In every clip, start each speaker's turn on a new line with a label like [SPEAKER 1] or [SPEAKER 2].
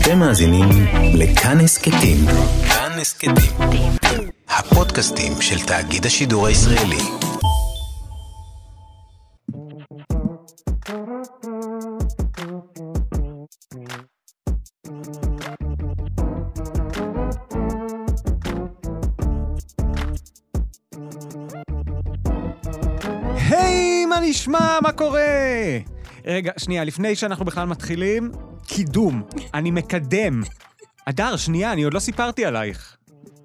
[SPEAKER 1] אתם מאזינים לכאן הסכתים. כאן הסכתים. הפודקאסטים של תאגיד השידור הישראלי.
[SPEAKER 2] היי, מה נשמע? מה קורה? רגע, שנייה, לפני שאנחנו בכלל מתחילים, קידום. אני מקדם. אדר, שנייה, אני עוד לא סיפרתי עלייך.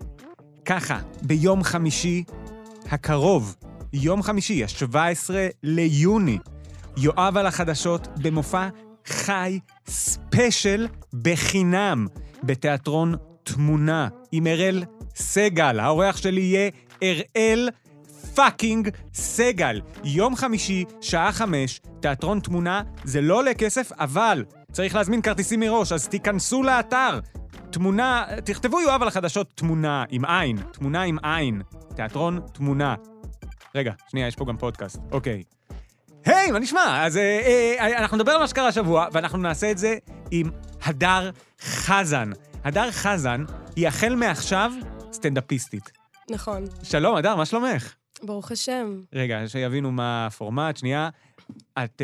[SPEAKER 2] ככה, ביום חמישי הקרוב, יום חמישי, ה-17 ליוני, יואב על החדשות במופע חי ספיישל בחינם, בתיאטרון תמונה, עם אראל סגל. האורח שלי יהיה אראל פאקינג סגל. יום חמישי, שעה 5, תיאטרון תמונה, זה לא עולה כסף, אבל צריך להזמין כרטיסים מראש, אז תיכנסו לאתר. תמונה, תכתבו יואב על החדשות תמונה עם עין, תמונה עם עין, תיאטרון תמונה. רגע, שנייה, יש פה גם פודקאסט. אוקיי. היי, מה נשמע? אז אנחנו נדבר על מה שקרה השבוע, ואנחנו נעשה את זה עם הדר חזן. הדר חזן היא החל מעכשיו סטנדאפיסטית.
[SPEAKER 3] נכון.
[SPEAKER 2] שלום, הדר, מה שלומך?
[SPEAKER 3] ברוך השם.
[SPEAKER 2] רגע, שיבינו מה הפורמט, שנייה. את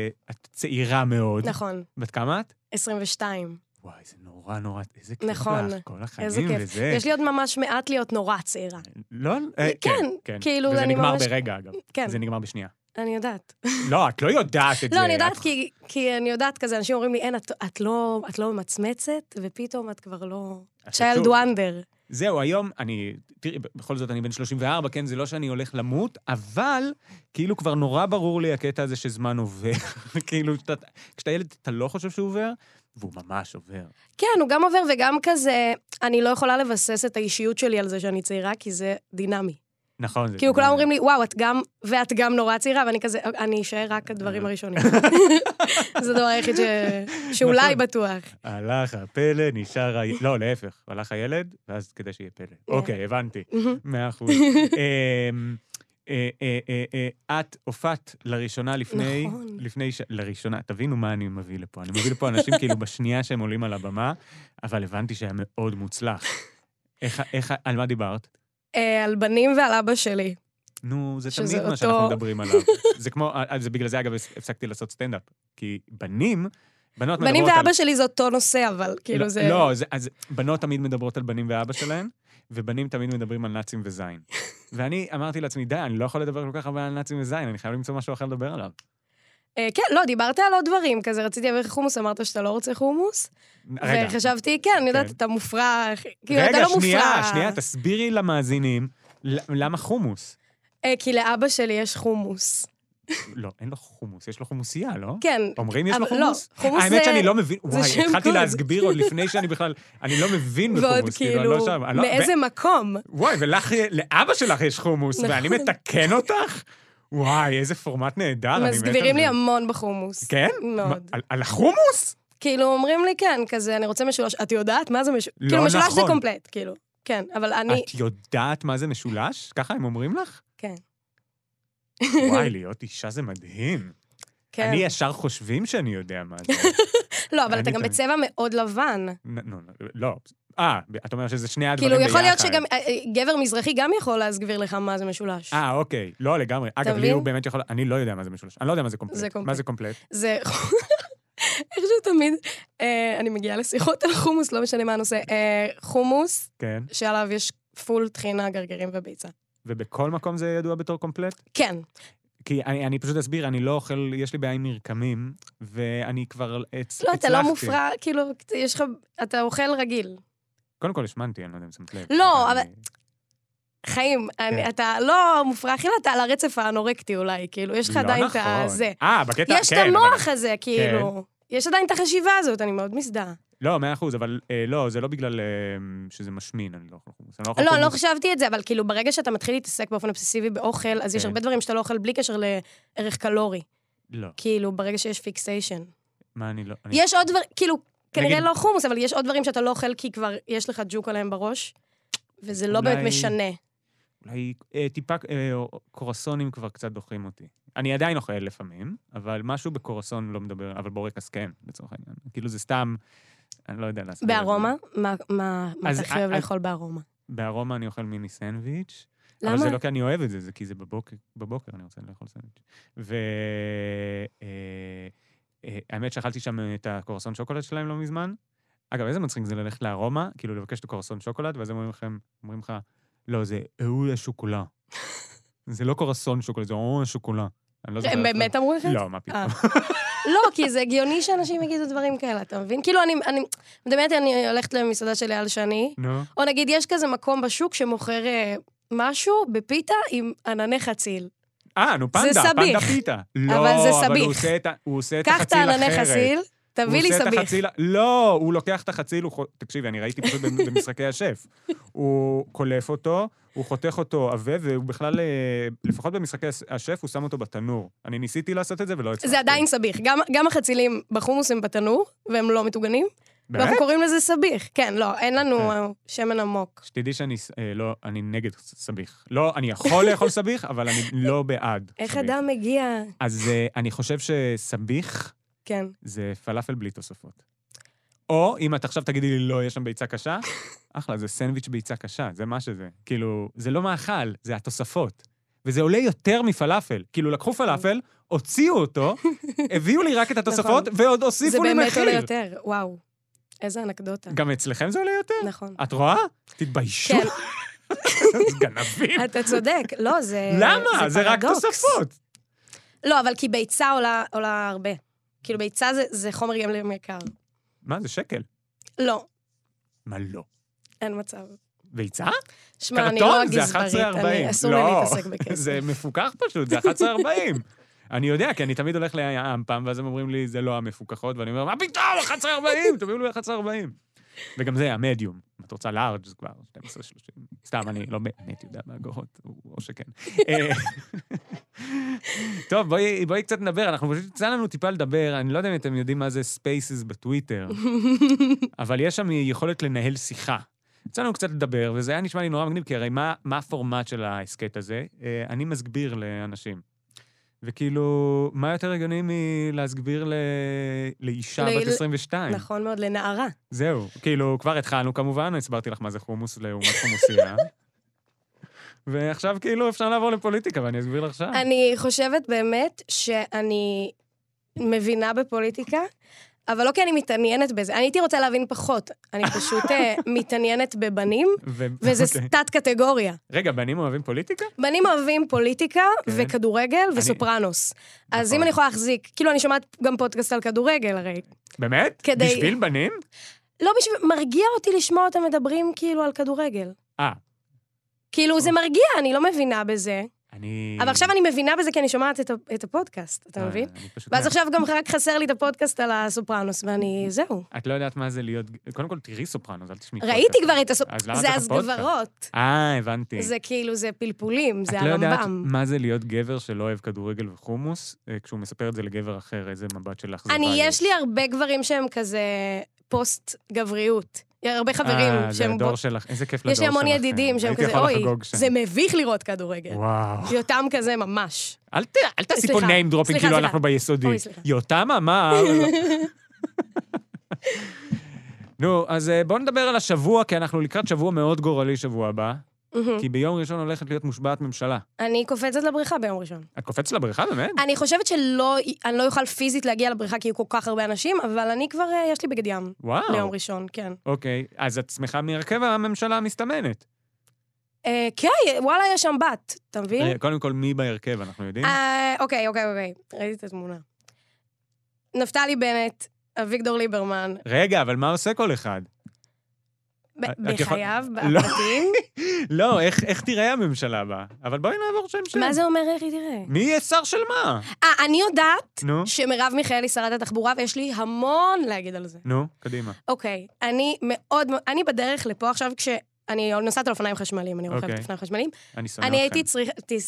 [SPEAKER 2] צעירה מאוד.
[SPEAKER 3] נכון.
[SPEAKER 2] בת כמה את?
[SPEAKER 3] 22.
[SPEAKER 2] וואי, זה נורא, איזה כיף
[SPEAKER 3] נכון.
[SPEAKER 2] לך, כל החיים
[SPEAKER 3] איזה כיף.
[SPEAKER 2] וזה.
[SPEAKER 3] יש לי עוד ממש מעט להיות נורא צעירה.
[SPEAKER 2] לא?
[SPEAKER 3] כן, כאילו
[SPEAKER 2] וזה
[SPEAKER 3] אני
[SPEAKER 2] נגמר
[SPEAKER 3] ממש...
[SPEAKER 2] ברגע, אגב.
[SPEAKER 3] כן.
[SPEAKER 2] זה נגמר בשנייה.
[SPEAKER 3] אני יודעת.
[SPEAKER 2] לא, את לא יודעת את זה.
[SPEAKER 3] לא, אני יודעת כי אני יודעת כזה, אנשים אומרים לי, אין, את לא ממצמצת, ופתאום את כבר לא... צ'יילד וונדר.
[SPEAKER 2] זהו, היום, תראי, בכל זאת אני בן 34, כן, זה לא שאני הולך למות, אבל כאילו כבר נורא ברור לי הקטע הזה שזמן עובר. כאילו, כשאתה ילד, אתה לא חושב שהוא עובר, והוא ממש עובר.
[SPEAKER 3] כן, הוא גם עובר וגם כזה, אני לא יכולה לבסס את האישיות שלי על זה שאני צעירה, כי זה דינמי.
[SPEAKER 2] נכון.
[SPEAKER 3] כאילו כולם אומרים לי, וואו, ואת גם נורא צעירה, ואני כזה, אני אשאר רק הדברים הראשונים. זה הדבר היחיד שאולי בטוח.
[SPEAKER 2] הלך הפלא, נשאר לא, להפך, הלך הילד, ואז כדי שיהיה פלא. אוקיי, הבנתי. 100%. את הופעת לראשונה לפני... לראשונה, תבינו מה אני מביא לפה. אני מביא לפה אנשים כאילו בשנייה שהם עולים על הבמה, אבל הבנתי שהיה מאוד מוצלח. על מה דיברת?
[SPEAKER 3] על בנים ועל אבא שלי.
[SPEAKER 2] נו, זה תמיד מה שאנחנו מדברים עליו. זה כמו, בגלל זה אגב הפסקתי לעשות סטנדאפ. כי בנים ואבא
[SPEAKER 3] שלי זה אותו נושא, אבל כאילו זה...
[SPEAKER 2] לא, אז בנות תמיד מדברות על בנים ואבא שלהן, ובנים תמיד מדברים על נאצים וזין. ואני אמרתי לעצמי, די, אני לא יכול לדבר כל כך הרבה על נאצים וזין, אני חייב למצוא משהו אחר לדבר עליו.
[SPEAKER 3] כן, לא, דיברת על עוד דברים, כזה רציתי להביא חומוס, אמרת שאתה לא רוצה חומוס, וחשבתי, כן, אני יודעת, אתה מופרע, כאילו, אתה לא מופרע.
[SPEAKER 2] שנייה, תסבירי למאזינים, למה חומוס?
[SPEAKER 3] כי לאבא שלי יש חומוס.
[SPEAKER 2] לא, אין לו חומוס, יש לו חומוסייה, לא?
[SPEAKER 3] כן.
[SPEAKER 2] אומרים יש לו חומוס?
[SPEAKER 3] לא, חומוס זה...
[SPEAKER 2] האמת שאני לא מבין, וואי, התחלתי להסגביר עוד לפני שאני בכלל, אני לא מבין בחומוס.
[SPEAKER 3] ועוד כאילו, מאיזה מקום.
[SPEAKER 2] וואי, ולאבא שלך יש חומוס, ואני מתקן אותך? וואי, איזה פורמט נהדר.
[SPEAKER 3] מסגבירים לי המון בחומוס.
[SPEAKER 2] כן?
[SPEAKER 3] מאוד.
[SPEAKER 2] על החומוס?
[SPEAKER 3] כאילו, אומרים לי, כן, כזה, אני רוצה משולש. את יודעת מה זה משולש? כאילו, משולש זה קומפלט, כאילו. כן, אבל אני...
[SPEAKER 2] את יודעת מה זה משולש? ככה הם אומרים לך?
[SPEAKER 3] כן.
[SPEAKER 2] וואי, להיות אישה זה מדהים.
[SPEAKER 3] כן.
[SPEAKER 2] אני ישר חושבים שאני יודע מה זה.
[SPEAKER 3] לא, אבל אתה גם בצבע מאוד לבן.
[SPEAKER 2] לא. את אומרת שזה שני הדברים ביחד.
[SPEAKER 3] כאילו, יכול להיות שגם גבר מזרחי גם יכול להסגביר לך מה זה משולש.
[SPEAKER 2] אוקיי. לא, לגמרי. אגב, לי הוא באמת יכול... אני לא יודע מה זה משולש. אני לא יודע מה זה קומפלט. מה זה קומפלט?
[SPEAKER 3] זה... איכשהו תמיד, אני מגיעה לשיחות על חומוס, לא משנה מה הנושא. חומוס, שעליו יש פול טחינה, גרגרים וביצה.
[SPEAKER 2] ובכל מקום זה ידוע בתור קומפלט?
[SPEAKER 3] כן.
[SPEAKER 2] כי אני פשוט אסביר, אני לא אוכל, יש לי בעיה עם מרקמים, ואני כבר הצלחתי.
[SPEAKER 3] לא, אתה לא מופרע, כאילו, יש לך, אתה אוכל רגיל.
[SPEAKER 2] קודם כל השמנתי, אני לא יודע אם שמת לב.
[SPEAKER 3] לא, אבל... חיים, אתה לא מופרע, אכילה, אתה על הרצף האנורקטי אולי, כאילו, יש לך עדיין את זה.
[SPEAKER 2] בקטע, כן.
[SPEAKER 3] יש את המוח הזה, כאילו. יש עדיין את החשיבה הזאת, אני מאוד מזדהה.
[SPEAKER 2] לא, 100%, אבל לא, זה לא בגלל שזה משמין, אני לא אוכל חומוס.
[SPEAKER 3] לא, אני לא חשבתי את זה, אבל כאילו, ברגע שאתה מתחיל להתעסק באופן אובססיבי באוכל, אז יש הרבה דברים שאתה לא אוכל בלי קשר לערך קלורי.
[SPEAKER 2] לא.
[SPEAKER 3] כאילו, ברגע שיש פיקסיישן.
[SPEAKER 2] מה אני לא...
[SPEAKER 3] יש עוד דברים, כאילו, כנראה לא חומוס, אבל יש עוד דברים שאתה לא אוכל כי כבר יש לך ג'וק עליהם בראש, וזה לא באמת משנה.
[SPEAKER 2] אולי טיפה קורסונים כבר קצת דוחים אותי. אני עדיין אוכל לפעמים, אבל משהו בקורסון לא מדבר, אבל בורקס כן, לצורך העניין. כאילו זה סתם, אני לא יודע לעשות.
[SPEAKER 3] בארומה? מה אתה הכי אוהב לאכול בארומה?
[SPEAKER 2] בארומה אני אוכל מיני סנדוויץ'.
[SPEAKER 3] למה?
[SPEAKER 2] אבל זה לא כי אני אוהב את זה, זה כי זה בבוקר אני רוצה לאכול סנדוויץ'. האמת שאכלתי שם את הקורסון שוקולד שלהם לא מזמן. אגב, איזה מצחיק זה ללכת לארומה, כאילו לבקש את הקורסון שוקולד, ואז הם אומרים לך, לא, זה שוקולה. זה לא קורסון שוקולד, זה שוקולה.
[SPEAKER 3] הם באמת אמרו לך?
[SPEAKER 2] לא, מה פתאום.
[SPEAKER 3] לא, כי זה הגיוני שאנשים יגידו דברים כאלה, אתה מבין? כאילו, באמת אני הולכת למסעדה של אייל שני, או נגיד, יש כזה מקום בשוק שמוכר משהו בפיתה עם ענני חציל.
[SPEAKER 2] נו, פנדה פיתה.
[SPEAKER 3] אבל זה סביך.
[SPEAKER 2] אבל הוא עושה את החציל אחרת.
[SPEAKER 3] קח את הענני חציל, תביא לי סביך.
[SPEAKER 2] לא, הוא לוקח את החציל, תקשיבי, אני ראיתי פשוט במשחקי השף. הוא קולף אותו, הוא חותך אותו עבה, והוא בכלל, לפחות במשחקי השף, הוא שם אותו בתנור. אני ניסיתי לעשות את זה ולא הצלחתי.
[SPEAKER 3] זה עדיין סביך. גם החצילים בחומוס הם בתנור, והם לא מטוגנים. ואנחנו קוראים לזה סביך. כן, לא, אין לנו שמן עמוק.
[SPEAKER 2] שתדעי שאני, לא, אני נגד סביך. לא, אני יכול לאכול סביך, אבל אני לא בעד.
[SPEAKER 3] איך אדם מגיע?
[SPEAKER 2] אז אני חושב שסביך,
[SPEAKER 3] כן.
[SPEAKER 2] זה פלאפל בלי תוספות. או, אם את עכשיו תגידי לי, לא, יש שם ביצה קשה, אחלה, זה סנדוויץ' ביצה קשה, זה מה שזה. כאילו, זה לא מאכל, זה התוספות. וזה עולה יותר מפלאפל. כאילו, לקחו פלאפל, הוציאו אותו, הביאו לי רק את התוספות, ועוד הוסיפו לי מחיר.
[SPEAKER 3] זה באמת עולה יותר, וואו. איזה אנקדוטה.
[SPEAKER 2] גם אצלכם זה עולה יותר?
[SPEAKER 3] נכון.
[SPEAKER 2] את רואה? תתביישו.
[SPEAKER 3] כן.
[SPEAKER 2] זה גנבים.
[SPEAKER 3] אתה צודק. לא, זה
[SPEAKER 2] למה? זה רק תוספות.
[SPEAKER 3] לא, אבל כי ביצה עולה הרבה. כאילו, ביצה זה חומר גם למקר.
[SPEAKER 2] מה, זה שקל?
[SPEAKER 3] לא.
[SPEAKER 2] מה לא?
[SPEAKER 3] אין מצב.
[SPEAKER 2] ביצה?
[SPEAKER 3] שמע, אני לא
[SPEAKER 2] גזברית,
[SPEAKER 3] זה 11.40. אסור לי להתעסק בכסף.
[SPEAKER 2] זה מפוקח פשוט, זה 11.40. אני יודע, כי אני תמיד הולך לים פעם, ואז הם אומרים לי, זה לא המפוקחות, ואני אומר, מה פתאום, 11.40? תביאו לי 11.40. וגם זה, המדיום. את רוצה לארג' זה כבר 12.30. סתם, אני לא באמת יודע מהגורות, או שכן. טוב, בואי קצת נדבר, אנחנו פשוט יצא לנו טיפה לדבר, אני לא יודע אם אתם יודעים מה זה ספייסס בטוויטר, אבל יש שם יכולת לנהל שיחה. יצא לנו קצת לדבר, וזה היה נשמע לי נורא מגניב, כי הרי מה הפורמט של העסקט הזה? אני מסגביר לאנשים. וכאילו, מה יותר הגיוני מלהסגביר לאישה בת 22?
[SPEAKER 3] נכון מאוד, לנערה.
[SPEAKER 2] זהו, כאילו, כבר התחלנו כמובן, הסברתי לך מה זה חומוס לעומת חומוסייה. ועכשיו כאילו אפשר לעבור לפוליטיקה, ואני אסביר לך עכשיו.
[SPEAKER 3] אני חושבת באמת שאני מבינה בפוליטיקה, אבל לא כי אני מתעניינת בזה. אני הייתי רוצה להבין פחות. אני פשוט מתעניינת בבנים, וזה תת קטגוריה.
[SPEAKER 2] רגע, בנים אוהבים פוליטיקה?
[SPEAKER 3] בנים אוהבים פוליטיקה וכדורגל וסופרנוס. אז אם אני יכולה להחזיק, כאילו אני שומעת גם פודקאסט על כדורגל הרי.
[SPEAKER 2] באמת? בשביל בנים?
[SPEAKER 3] לא בשביל, מרגיע אותי לשמוע אותם מדברים כאילו על כדורגל. כאילו זה מרגיע, אני לא מבינה בזה. אבל עכשיו אני מבינה בזה כי אני שומעת את הפודקאסט, אתה מבין? ואז עכשיו גם רק חסר לי את הפודקאסט על הסופרנוס, ואני, זהו.
[SPEAKER 2] את לא יודעת מה זה להיות, קודם כל תראי סופרנוס, אל תשמעי פודקאסט.
[SPEAKER 3] ראיתי כבר את הסופרנוס, זה הסגברות.
[SPEAKER 2] הבנתי.
[SPEAKER 3] זה כאילו, זה פלפולים, זה
[SPEAKER 2] הרמב"ם. את לא יודעת
[SPEAKER 3] מה
[SPEAKER 2] זה להיות גבר שלא אוהב כדורגל וחומוס, כשהוא מספר את זה לגבר אחר, איזה מבט של אכזבה.
[SPEAKER 3] יש לי הרבה גברים שהם כזה פוסט גבריות. הרבה חברים
[SPEAKER 2] שהם... זה הדור שלך, איזה כיף לדור שלכם.
[SPEAKER 3] יש לי המון ידידים שהם כזה, אוי, זה מביך לראות כדורגל.
[SPEAKER 2] וואו.
[SPEAKER 3] יותם כזה ממש.
[SPEAKER 2] אל תעשי פה name dropping כאילו אנחנו ביסודי. יותם אמר... נו, אז בואו נדבר על השבוע, כי אנחנו לקראת שבוע מאוד גורלי שבוע הבא. כי ביום ראשון הולכת להיות מושבעת ממשלה.
[SPEAKER 3] אני קופצת לבריכה ביום ראשון.
[SPEAKER 2] את קופצת לבריכה, באמת?
[SPEAKER 3] אני חושבת שאני לא אוכל פיזית להגיע לבריכה, כי יהיו כל כך הרבה אנשים, אבל אני כבר, יש לי בגד ים.
[SPEAKER 2] וואו.
[SPEAKER 3] ליום ראשון, כן.
[SPEAKER 2] אוקיי, אז את שמחה מהרכב הממשלה המסתמנת.
[SPEAKER 3] כן, וואלה, יש שם בת, אתה מבין?
[SPEAKER 2] קודם כל, מי בהרכב, אנחנו יודעים?
[SPEAKER 3] אוקיי. ראיתי את התמונה. נפתלי בנט, אביגדור ליברמן.
[SPEAKER 2] רגע, אבל מה עושה כל אחד?
[SPEAKER 3] בחייו, בפרטים.
[SPEAKER 2] לא, איך תראה הממשלה הבאה? אבל בואי נעבור שם.
[SPEAKER 3] מה זה אומר איך היא תראה?
[SPEAKER 2] מי יהיה שר של מה?
[SPEAKER 3] אני יודעת שמרב מיכאלי שרת התחבורה, ויש לי המון להגיד על זה.
[SPEAKER 2] נו, קדימה.
[SPEAKER 3] אוקיי, אני בדרך לפה עכשיו אני נוסעת על אופניים חשמליים, אני רוכבת אופניים חשמליים.
[SPEAKER 2] אני שונא
[SPEAKER 3] אני הייתי צריכה...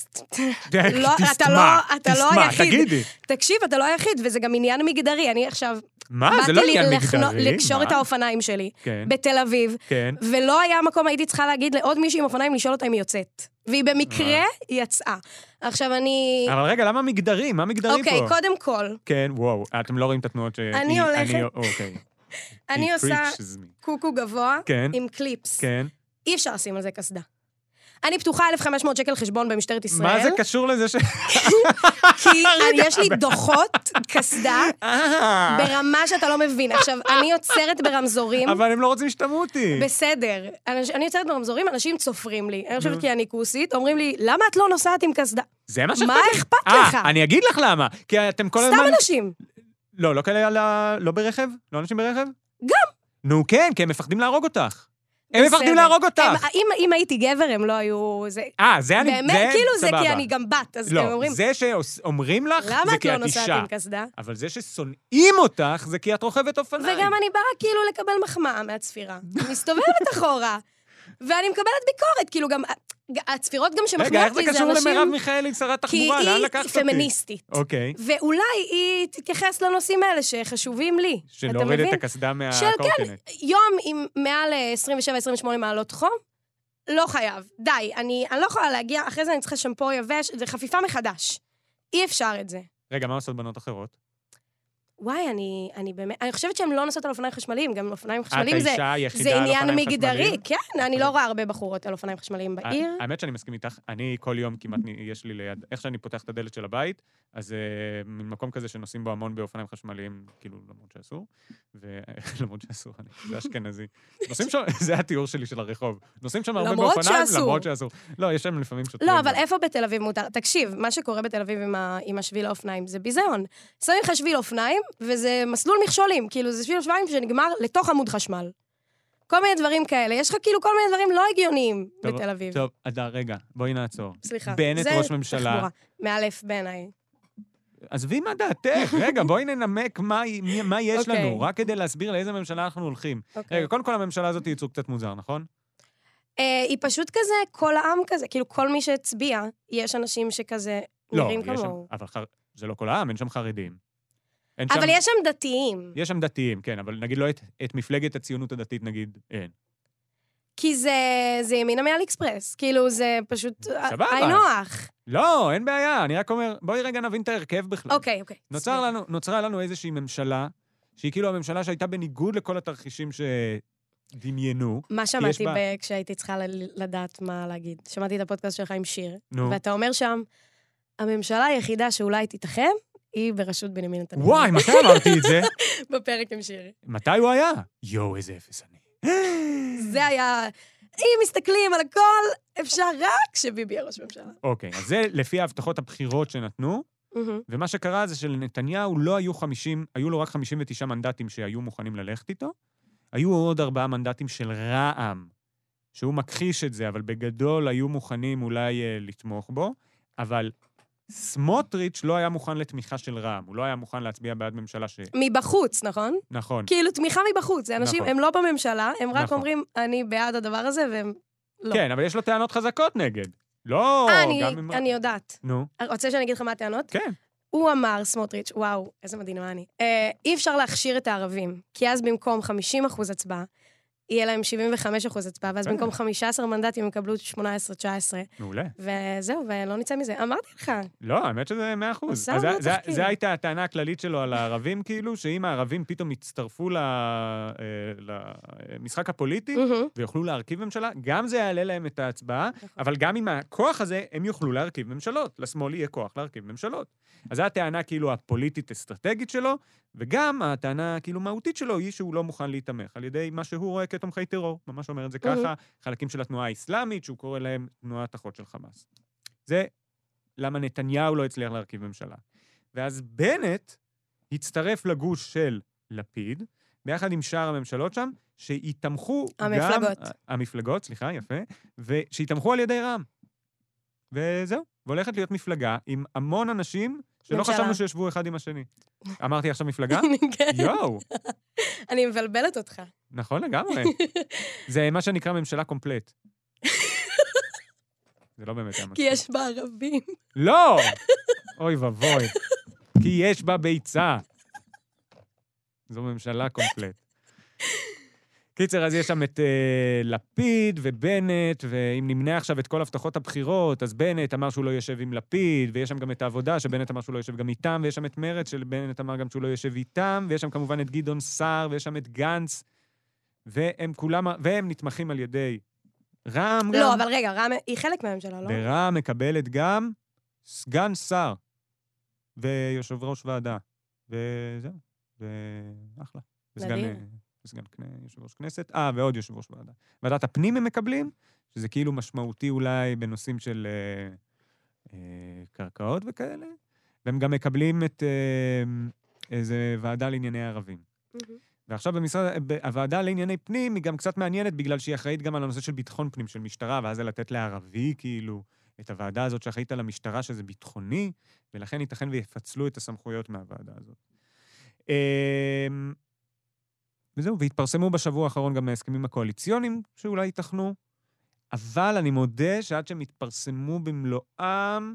[SPEAKER 2] תשמע, תגידי.
[SPEAKER 3] תקשיב, אתה לא היחיד, וזה גם עניין מגדרי. אני עכשיו...
[SPEAKER 2] מה? זה לא עניין מגדרי.
[SPEAKER 3] באתי לקשור את האופניים שלי בתל אביב, ולא היה מקום, הייתי צריכה להגיד לעוד מישהו עם אופניים, לשאול אותה אם היא יוצאת. והיא במקרה יצאה. עכשיו אני...
[SPEAKER 2] אבל רגע, למה מגדרי? מה מגדרי פה?
[SPEAKER 3] אוקיי, קודם כל.
[SPEAKER 2] כן, וואו, אתם לא רואים את התנועות ש...
[SPEAKER 3] אני הולכת...
[SPEAKER 2] אוקיי.
[SPEAKER 3] אני עושה קוקו גבוה עם קליפס.
[SPEAKER 2] כן.
[SPEAKER 3] אי אפשר לשים על זה קסדה. אני פתוחה 1,500 שקל חשבון במשטרת ישראל.
[SPEAKER 2] מה זה קשור לזה
[SPEAKER 3] כי יש לי דוחות קסדה ברמה שאתה לא מבין. עכשיו, אני יוצרת ברמזורים.
[SPEAKER 2] אבל הם לא רוצים שתמו אותי.
[SPEAKER 3] בסדר. אני יוצרת ברמזורים, אנשים צופרים לי. אני חושבת כי אני כוסית, אומרים לי, למה את לא נוסעת עם קסדה?
[SPEAKER 2] זה מה שאכפת
[SPEAKER 3] מה אכפת לך?
[SPEAKER 2] אני אגיד לך למה. כי אתם כל הזמן...
[SPEAKER 3] סתם אנשים.
[SPEAKER 2] לא כאלה, לא ברכב? לא אנשים ברכב?
[SPEAKER 3] גם.
[SPEAKER 2] נו כן, כי הם מפחדים להרוג אותך. הם מפחדים להרוג אותך.
[SPEAKER 3] אם הייתי גבר, הם לא היו...
[SPEAKER 2] זה אני...
[SPEAKER 3] באמת, כאילו זה כי אני גם בת, אז הם אומרים...
[SPEAKER 2] לא, זה שאומרים לך, זה כי את אישה.
[SPEAKER 3] למה את לא נוסעת עם קסדה?
[SPEAKER 2] אבל זה ששונאים אותך, זה כי את רוכבת אופניים.
[SPEAKER 3] וגם אני באה כאילו לקבל מחמאה מהצפירה. מסתובבת אחורה, ואני מקבלת ביקורת, כאילו גם... הצפירות גם שמחמיאות לי זה אנשים...
[SPEAKER 2] רגע, איך זה קשור למרב מיכאלי, שרת תחבורה? לאן לקחת אותי?
[SPEAKER 3] כי היא פמיניסטית.
[SPEAKER 2] אוקיי.
[SPEAKER 3] ואולי היא תתייחס לנושאים האלה שחשובים לי.
[SPEAKER 2] שנוריד את הקסדה מהקורקינט.
[SPEAKER 3] יום עם מעל 27-28 מעלות חום, לא חייב. די, אני לא יכולה להגיע, אחרי זה אני צריכה שמפו יבש, זה חפיפה מחדש. אי אפשר את זה.
[SPEAKER 2] רגע, מה עושות בנות אחרות?
[SPEAKER 3] וואי, אני באמת, אני חושבת שהן לא נוסעות על אופניים חשמליים, גם אופניים חשמליים זה עניין מגדרי, כן, אני לא רואה הרבה בחורות על אופניים חשמליים בעיר.
[SPEAKER 2] האמת שאני מסכים איתך, אני כל יום כמעט יש לי ליד, איך שאני פותח את הדלת של הבית, אז ממקום כזה שנוסעים בו המון באופניים חשמליים, כאילו למרות שאסור, למרות שאסור, זה אשכנזי. נוסעים שם, זה התיאור שלי של הרחוב, נוסעים שם הרבה באופניים, למרות שאסור. לא, יש שם לפעמים שוטרים.
[SPEAKER 3] לא, אבל איפה בתל אביב מותר? תקשיב, מה שקורה בתל אביב עם השביל האופניים, זה ביזיון. שמים לך שביל אופניים, וזה מסלול מכשולים, כאילו זה שביל אופניים שנגמר לתוך עמוד חשמל. כל מיני דברים כאלה, יש לך כאילו כל מיני דברים לא הגיוניים בתל אביב.
[SPEAKER 2] טוב, אדר, רגע, בואי נעצור.
[SPEAKER 3] סליחה.
[SPEAKER 2] בנט ראש ממשלה.
[SPEAKER 3] זה תחבורה, מאלף בעיניי.
[SPEAKER 2] עזבי מה דעתך, רגע, בואי ננמק מה יש לנו, רק כדי להסביר לאיזה ממשלה אנחנו הולכים. רגע, קודם כל הממשלה הזאת ייצוג קצת מוזר, נכון?
[SPEAKER 3] היא פשוט כזה, כל העם כזה, כאילו כל מי שהצביע, יש אנשים שכזה נראים כמוהו.
[SPEAKER 2] אבל זה לא כל העם, אין שם חרדים.
[SPEAKER 3] אבל יש שם דתיים.
[SPEAKER 2] יש שם דתיים, כן, אבל נגיד לא את מפלגת הציונות הדתית, נגיד, אין.
[SPEAKER 3] כי זה ימינה מאלי אקספרס, כאילו זה פשוט נוח.
[SPEAKER 2] לא, אין בעיה, אני רק אומר, בואי רגע נבין את ההרכב בכלל.
[SPEAKER 3] אוקיי.
[SPEAKER 2] נוצרה לנו איזושהי ממשלה, שהיא כאילו הממשלה שהייתה בניגוד לכל התרחישים שדמיינו.
[SPEAKER 3] מה שמעתי כשהייתי צריכה לדעת מה להגיד? שמעתי את הפודקאסט שלך עם שיר, ואתה אומר שם, הממשלה היחידה שאולי תתאחד, היא בראשות בנימין נתניהו.
[SPEAKER 2] וואי, מתי אמרתי את זה?
[SPEAKER 3] בפרק עם שיר.
[SPEAKER 2] מתי הוא היה? איזה אפס אני.
[SPEAKER 3] זה היה... אם מסתכלים על הכל, אפשר רק שביבי יהיה ראש ממשלה.
[SPEAKER 2] אוקיי, אז זה לפי ההבטחות הבחירות שנתנו, ומה שקרה זה שלנתניהו לא היו 50, היו לו רק 59 מנדטים שהיו מוכנים ללכת איתו, היו עוד 4 מנדטים של רע"מ, שהוא מכחיש את זה, אבל בגדול היו מוכנים אולי לתמוך בו, אבל סמוטריץ' לא היה מוכן לתמיכה של רע"מ, הוא לא היה מוכן להצביע בעד ממשלה
[SPEAKER 3] מבחוץ, נכון?
[SPEAKER 2] נכון.
[SPEAKER 3] כאילו, תמיכה מבחוץ, זה אנשים, הם לא בממשלה, הם רק אומרים, אני בעד הדבר הזה, והם לא.
[SPEAKER 2] כן, אבל יש לו טענות חזקות נגד. לא,
[SPEAKER 3] אני יודעת.
[SPEAKER 2] נו.
[SPEAKER 3] רוצה שאני אגיד לך מה הטענות?
[SPEAKER 2] כן.
[SPEAKER 3] הוא אמר, סמוטריץ', וואו, איזה מדהימה אני. אי אפשר להכשיר את הערבים, כי אז במקום 50% הצבעה, יהיה להם 75% הצבעה, ואז במקום 15 מנדטים הם יקבלו 18-19.
[SPEAKER 2] מעולה.
[SPEAKER 3] וזהו, ולא נצא מזה. אמרתי לך.
[SPEAKER 2] לא, האמת שזה 100%. זה הייתה הטענה הכללית שלו על הערבים, כאילו, שאם הערבים פתאום יצטרפו למשחק הפוליטי, ויוכלו להרכיב ממשלה, גם זה יעלה להם את ההצבעה, אבל גם עם הכוח הזה, הם יוכלו להרכיב ממשלות. לשמאל יהיה כוח להרכיב ממשלות. אז זו הטענה כאילו הפוליטית-אסטרטגית שלו, וגם הטענה כאילו מהותית שלו היא שהוא לא מוכן להתמך על ידי מה שהוא רואה כתומכי טרור. ממש אומר את זה ככה, חלקים של התנועה האסלאמית, שהוא קורא להם תנועת אחות של חמאס. זה למה נתניהו לא הצליח להרכיב ממשלה. ואז בנט הצטרף לגוש של לפיד, ביחד עם שאר הממשלות שם, שיתמכו המפלגות, סליחה, יפה, ושיתמכו על ידי רע"מ. וזהו, והולכת להיות מפלגה עם המון אנשים שלא חשבנו שישבו אחד עם השני. אמרתי עכשיו מפלגה? יואו.
[SPEAKER 3] אני מבלבלת אותך.
[SPEAKER 2] נכון לגמרי. זה מה שנקרא ממשלה קומפלט. זה לא באמת היה משהו.
[SPEAKER 3] כי יש בה ערבים.
[SPEAKER 2] לא! אוי ובוי. כי יש בה ביצה. זו ממשלה קומפלט. קיצר, אז יש שם את לפיד ובנט, ואם נמנה עכשיו את כל הבטחות הבחירות, אז בנט אמר שהוא לא יושב עם לפיד, ויש שם גם את העבודה, שבנט אמר שהוא לא יושב גם איתם, ויש שם את מרצ, שבנט אמר גם שהוא לא יושב איתם, ויש שם כמובן את גדעון סער, ויש שם את גנץ, והם כולם, והם נתמכים על ידי רע"מ גם.
[SPEAKER 3] לא, אבל רגע, רע"מ היא חלק מהממשלה, לא?
[SPEAKER 2] ורע"מ מקבלת גם סגן שר, ויושב ראש ועדה, וזהו, ואחלה. סגן יושב ראש כנסת, ועוד יושב ראש ועדה. ועדת הפנים הם מקבלים, שזה כאילו משמעותי אולי בנושאים של קרקעות וכאלה, והם גם מקבלים את איזה ועדה לענייני ערבים. ועכשיו הוועדה לענייני פנים היא גם קצת מעניינת, בגלל שהיא אחראית גם על הנושא של ביטחון פנים, של משטרה, ואז זה לתת לערבי כאילו את הוועדה הזאת שאחראית על המשטרה, שזה ביטחוני, ולכן ייתכן ויפצלו את הסמכויות מהוועדה הזאת. וזהו, והתפרסמו בשבוע האחרון גם ההסכמים הקואליציוניים שאולי ייתכנו, אבל אני מודה שעד שהם התפרסמו במלואם,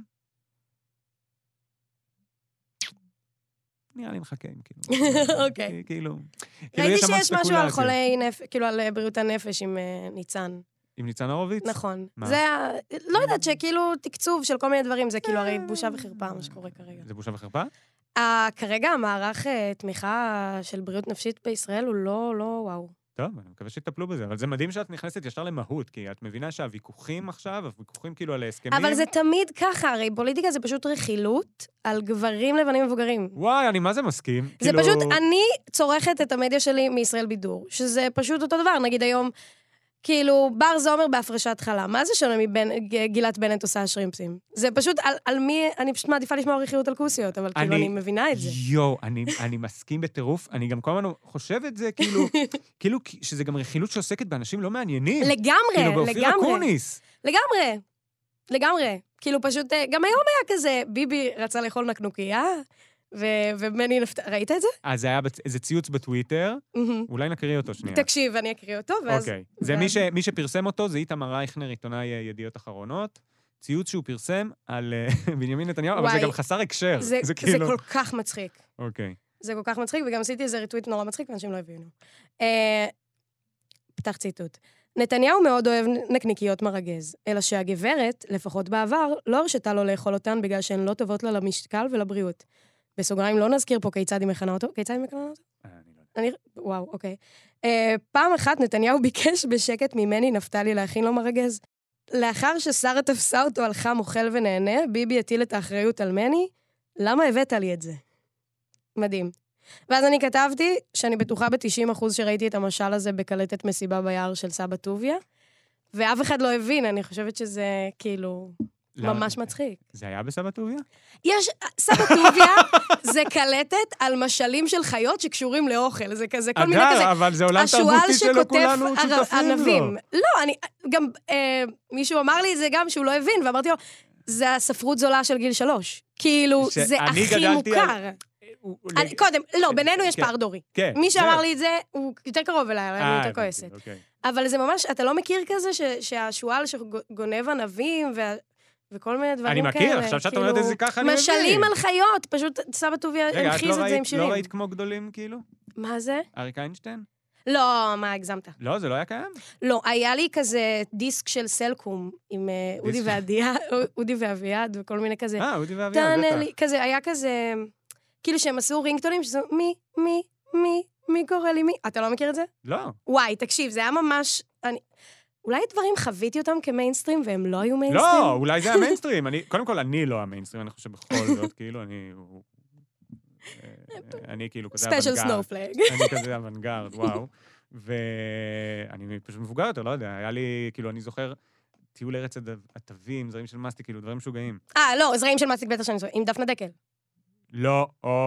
[SPEAKER 2] נראה לי מחכים, כאילו.
[SPEAKER 3] אוקיי.
[SPEAKER 2] כאילו...
[SPEAKER 3] ראיתי שיש משהו על חולי נפש, כאילו על בריאות הנפש עם ניצן.
[SPEAKER 2] עם ניצן הורוביץ?
[SPEAKER 3] נכון. זה, לא יודעת שכאילו תקצוב של כל מיני דברים, זה כאילו הרי בושה וחרפה, מה שקורה כרגע.
[SPEAKER 2] זה בושה וחרפה?
[SPEAKER 3] כרגע המערך תמיכה של בריאות נפשית בישראל הוא לא וואו.
[SPEAKER 2] טוב, אני מקווה שתטפלו בזה, אבל זה מדהים שאת נכנסת ישר למהות, כי את מבינה שהוויכוחים עכשיו, הוויכוחים כאילו על ההסכמים...
[SPEAKER 3] אבל זה תמיד ככה, הרי פוליטיקה זה פשוט רכילות על גברים לבנים מבוגרים.
[SPEAKER 2] וואי, אני מה זה מסכים?
[SPEAKER 3] זה פשוט, אני צורכת את המדיה שלי מישראל בידור, שזה פשוט אותו דבר, נגיד היום, כאילו, בר זומר בהפרשת חלה, מה זה שונה גילת בנט עושה שרימפסים? זה פשוט, על מי, אני פשוט מעדיפה לשמוע רכילות על כוסיות, אבל כאילו אני מבינה את זה.
[SPEAKER 2] אני מסכים בטירוף, אני גם כל הזמן חושב את זה, כאילו שזה גם רכילות שעוסקת באנשים לא מעניינים.
[SPEAKER 3] לגמרי,
[SPEAKER 2] כאילו באופיר אקוניס.
[SPEAKER 3] לגמרי. כאילו פשוט, גם היום היה כזה, ביבי רצה לאכול נקנוקיה, ומני ראית את זה?
[SPEAKER 2] אז זה היה איזה ציוץ בטוויטר, אולי נקריא אותו שנייה.
[SPEAKER 3] תקשיב, אני אקריא אותו, ואז...
[SPEAKER 2] אוקיי, זה מי שפרסם אותו, זה איתמר רייכנר, עיתונאי ידיעות אחרונות, ציוץ שהוא פרסם על בנימין נתניהו, אבל זה גם חסר הקשר.
[SPEAKER 3] זה כל כך מצחיק.
[SPEAKER 2] אוקיי.
[SPEAKER 3] זה כל כך מצחיק, וגם עשיתי איזה ריטוויט נורא מצחיק, ואנשים לא הבינו. פתח ציטוט. נתניהו מאוד אוהב נקניקיות מרגז, אלא שהגברת, לפחות בעבר, לא הרשתה לו לאכול אותן בגלל שהן לא טובות לה למשקל ולבריאות. בסוגריים לא נזכיר פה כיצד היא מכנה אותו. כיצד היא מכנה אותו? אני לא. וואו, אוקיי. פעם אחת נתניהו ביקש בשקט ממני נפתלי להכין לו מרגז. לאחר ששרה תפסה אותו על חם אוכל ונהנה, ביבי הטיל את האחריות על מני, למה הבאת לי את זה? מדהים. ואז אני כתבתי שאני בטוחה ב-90% שראיתי את המשל הזה בקלטת מסיבה ביער של סבא טוביה, ואף אחד לא הבין, אני חושבת שזה כאילו ממש מצחיק.
[SPEAKER 2] זה היה בסבא טוביה?
[SPEAKER 3] יש, סבא טוביה זה קלטת על משלים של חיות שקשורים לאוכל, זה כזה, כל מיני כזה.
[SPEAKER 2] אבל זה עולם תרבותי שלו, כולנו שותפים לו.
[SPEAKER 3] לא, אני, גם מישהו אמר לי את זה גם שהוא לא הבין, ואמרתי לו, זה הספרות זולה של גיל 3. כאילו, זה הכי מוכר. קודם, לא, בינינו יש פער דורי. מי שאמר לי את זה, הוא יותר קרוב אליי, אני יותר כועסת. אבל זה ממש, אתה לא מכיר כזה שהשואל שגונב ענבים וכל מיני דברים כאלה.
[SPEAKER 2] אני מכיר, עכשיו שאת אומרת את זה ככה, אני מבין.
[SPEAKER 3] משלים על חיות, פשוט סבא טוביה המחיז את זה עם שירים.
[SPEAKER 2] לא ראית כמו גדולים, כאילו?
[SPEAKER 3] מה זה?
[SPEAKER 2] אריק איינשטיין?
[SPEAKER 3] לא, מה, הגזמת?
[SPEAKER 2] לא, זה לא היה קיים?
[SPEAKER 3] לא, היה לי כזה דיסק של סלקום, עם אודי ואביעד וכל מיני כזה.
[SPEAKER 2] אודי ואביעד, בטח.
[SPEAKER 3] כזה, היה כזה, כאילו שהם עשו רינגטונים, שזה מי קורא לי מי? אתה לא מכיר את זה?
[SPEAKER 2] לא.
[SPEAKER 3] וואי, תקשיב, זה היה ממש... אולי דברים חוויתי אותם כמיינסטרים, והם לא היו מיינסטרים?
[SPEAKER 2] לא, אולי זה המיינסטרים. קודם כל, אני לא המיינסטרים, אני חושב בכל זאת, כאילו, אני כאילו כזה אבנגרד.
[SPEAKER 3] ספיישל סנופלג.
[SPEAKER 2] אני כזה אבנגרד, וואו. ואני פשוט מבוגר יותר, לא יודע, היה לי, כאילו, אני זוכר, טיול ארץ עטבים, זרעים של מסטיק, כאילו, דברים משוגעים.
[SPEAKER 3] לא, זרעים של מסטיק בטח שאני זוכר, עם דפנה דקל.
[SPEAKER 2] לא,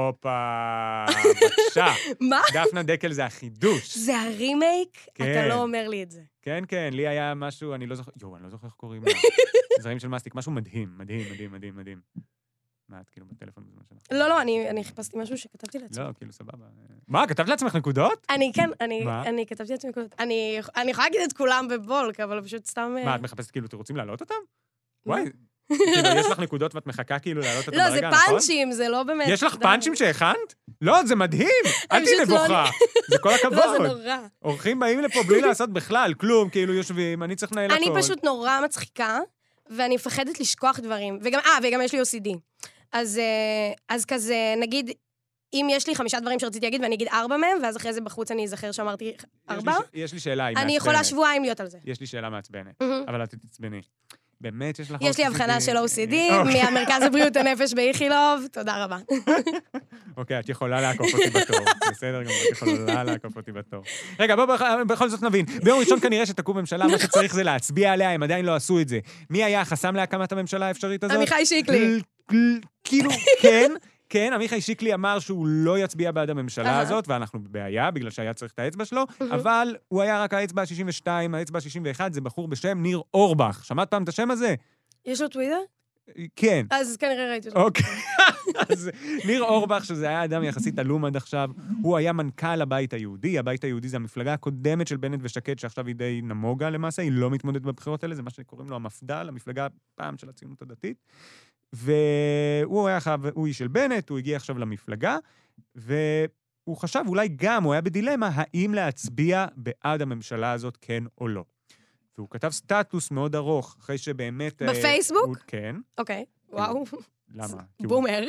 [SPEAKER 2] בבקשה.
[SPEAKER 3] מה?
[SPEAKER 2] דפנה דקל זה החידוש.
[SPEAKER 3] זה הרימייק? אתה לא אומר לי את זה.
[SPEAKER 2] כן, כן, לי היה משהו, אני לא זוכר, אני לא זוכר איך קוראים לה. זרעים של מסטיק, משהו מדהים, מדהים. מה, את כאילו בטלפון בזמן שלך?
[SPEAKER 3] לא, אני חיפשתי משהו שכתבתי לעצמי.
[SPEAKER 2] לא, כאילו סבבה. מה, כתבת לעצמך נקודות?
[SPEAKER 3] אני כתבתי לעצמי נקודות. אני יכולה להגיד את כולם בבולק, אבל פשוט סתם...
[SPEAKER 2] מה, את מחפשת כאילו, אתם רוצים להעלות אותם? וואי, כאילו, יש לך נקודות ואת מחכה כאילו להעלות את
[SPEAKER 3] לא,
[SPEAKER 2] הברגע,
[SPEAKER 3] זה
[SPEAKER 2] נכון?
[SPEAKER 3] פאנצ'ים, זה לא באמת...
[SPEAKER 2] יש לך פאנצ'ים שהכנת? לא, זה מדהים. אל תהי נבוכה. זה כל הכבוד.
[SPEAKER 3] לא, זה נורא.
[SPEAKER 2] אורחים באים לפה בלי לעשות בכלל, כלום, כאילו יושבים, אני צריך לנהל הכל.
[SPEAKER 3] אני פשוט נורא מצחיקה, ואני מפחדת לשכוח דברים. וגם יש לי OCD. אז כזה, נגיד, אם יש לי 5 דברים שרציתי להגיד, ואני אגיד 4 מהם, ואז אחרי זה בחוץ אני אזכר שאמרתי 4,
[SPEAKER 2] יש לי שאלה, היא מעצבנת.
[SPEAKER 3] אני יכולה שבועיים להיות על זה.
[SPEAKER 2] יש לי שאלה מעצבנת, אבל את תתעצבני. באמת יש לך...
[SPEAKER 3] יש לי הבחנה של OCD, מהמרכז לבריאות הנפש באיכילוב, תודה רבה.
[SPEAKER 2] אוקיי, את יכולה לעקוף אותי בתור. בסדר גמור, את יכולה לעקוף אותי בתור. רגע, בואו בכל זאת נבין. ביום ראשון כנראה שתקום ממשלה, מה שצריך זה להצביע עליה, הם עדיין לא עשו את זה. מי היה החסם להקמת הממשלה האפשרית הזאת?
[SPEAKER 3] עמיחי שיקלי.
[SPEAKER 2] כאילו, כן, עמיחי שיקלי אמר שהוא לא יצביע בעד הממשלה הזאת, ואנחנו בבעיה, בגלל שהיה צריך את האצבע שלו, אבל הוא היה רק האצבע ה-62, האצבע ה-61, זה בחור בשם ניר אורבך. שמעת פעם את השם הזה?
[SPEAKER 3] יש לו טוויטר?
[SPEAKER 2] כן.
[SPEAKER 3] אז כנראה ראיתי אותו.
[SPEAKER 2] אוקיי. אז ניר אורבך, שזה היה אדם יחסית עלום עד עכשיו, הוא היה מנכ"ל הבית היהודי. הבית היהודי זה המפלגה הקודמת של בנט ושקד, שעכשיו היא די נמוגה למעשה, היא לא מתמודדת בבחירות האלה, זה מה שקוראים לו המפד"ל, המפלגה פעם של הציונות הדתית. והוא היה הוא איש של בנט, הוא הגיע עכשיו למפלגה, והוא חשב, אולי גם, הוא היה בדילמה, האם להצביע בעד הממשלה הזאת, כן או לא. והוא כתב סטטוס מאוד ארוך, אחרי שבאמת...
[SPEAKER 3] בפייסבוק?
[SPEAKER 2] כן.
[SPEAKER 3] אוקיי, וואו.
[SPEAKER 2] למה?
[SPEAKER 3] בומר.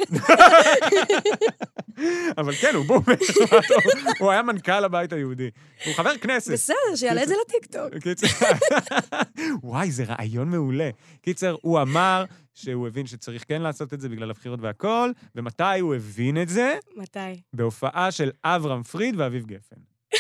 [SPEAKER 2] אבל כן, הוא בומר. הוא היה מנכ"ל הבית היהודי. הוא חבר כנסת.
[SPEAKER 3] בסדר, שיעלה את זה לטיקטוק.
[SPEAKER 2] וואי, זה רעיון מעולה. קיצר, הוא אמר שהוא הבין שצריך כן לעשות את זה בגלל הבחירות והכל, ומתי הוא הבין את זה?
[SPEAKER 3] מתי?
[SPEAKER 2] בהופעה של אברהם פריד ואביב גפן.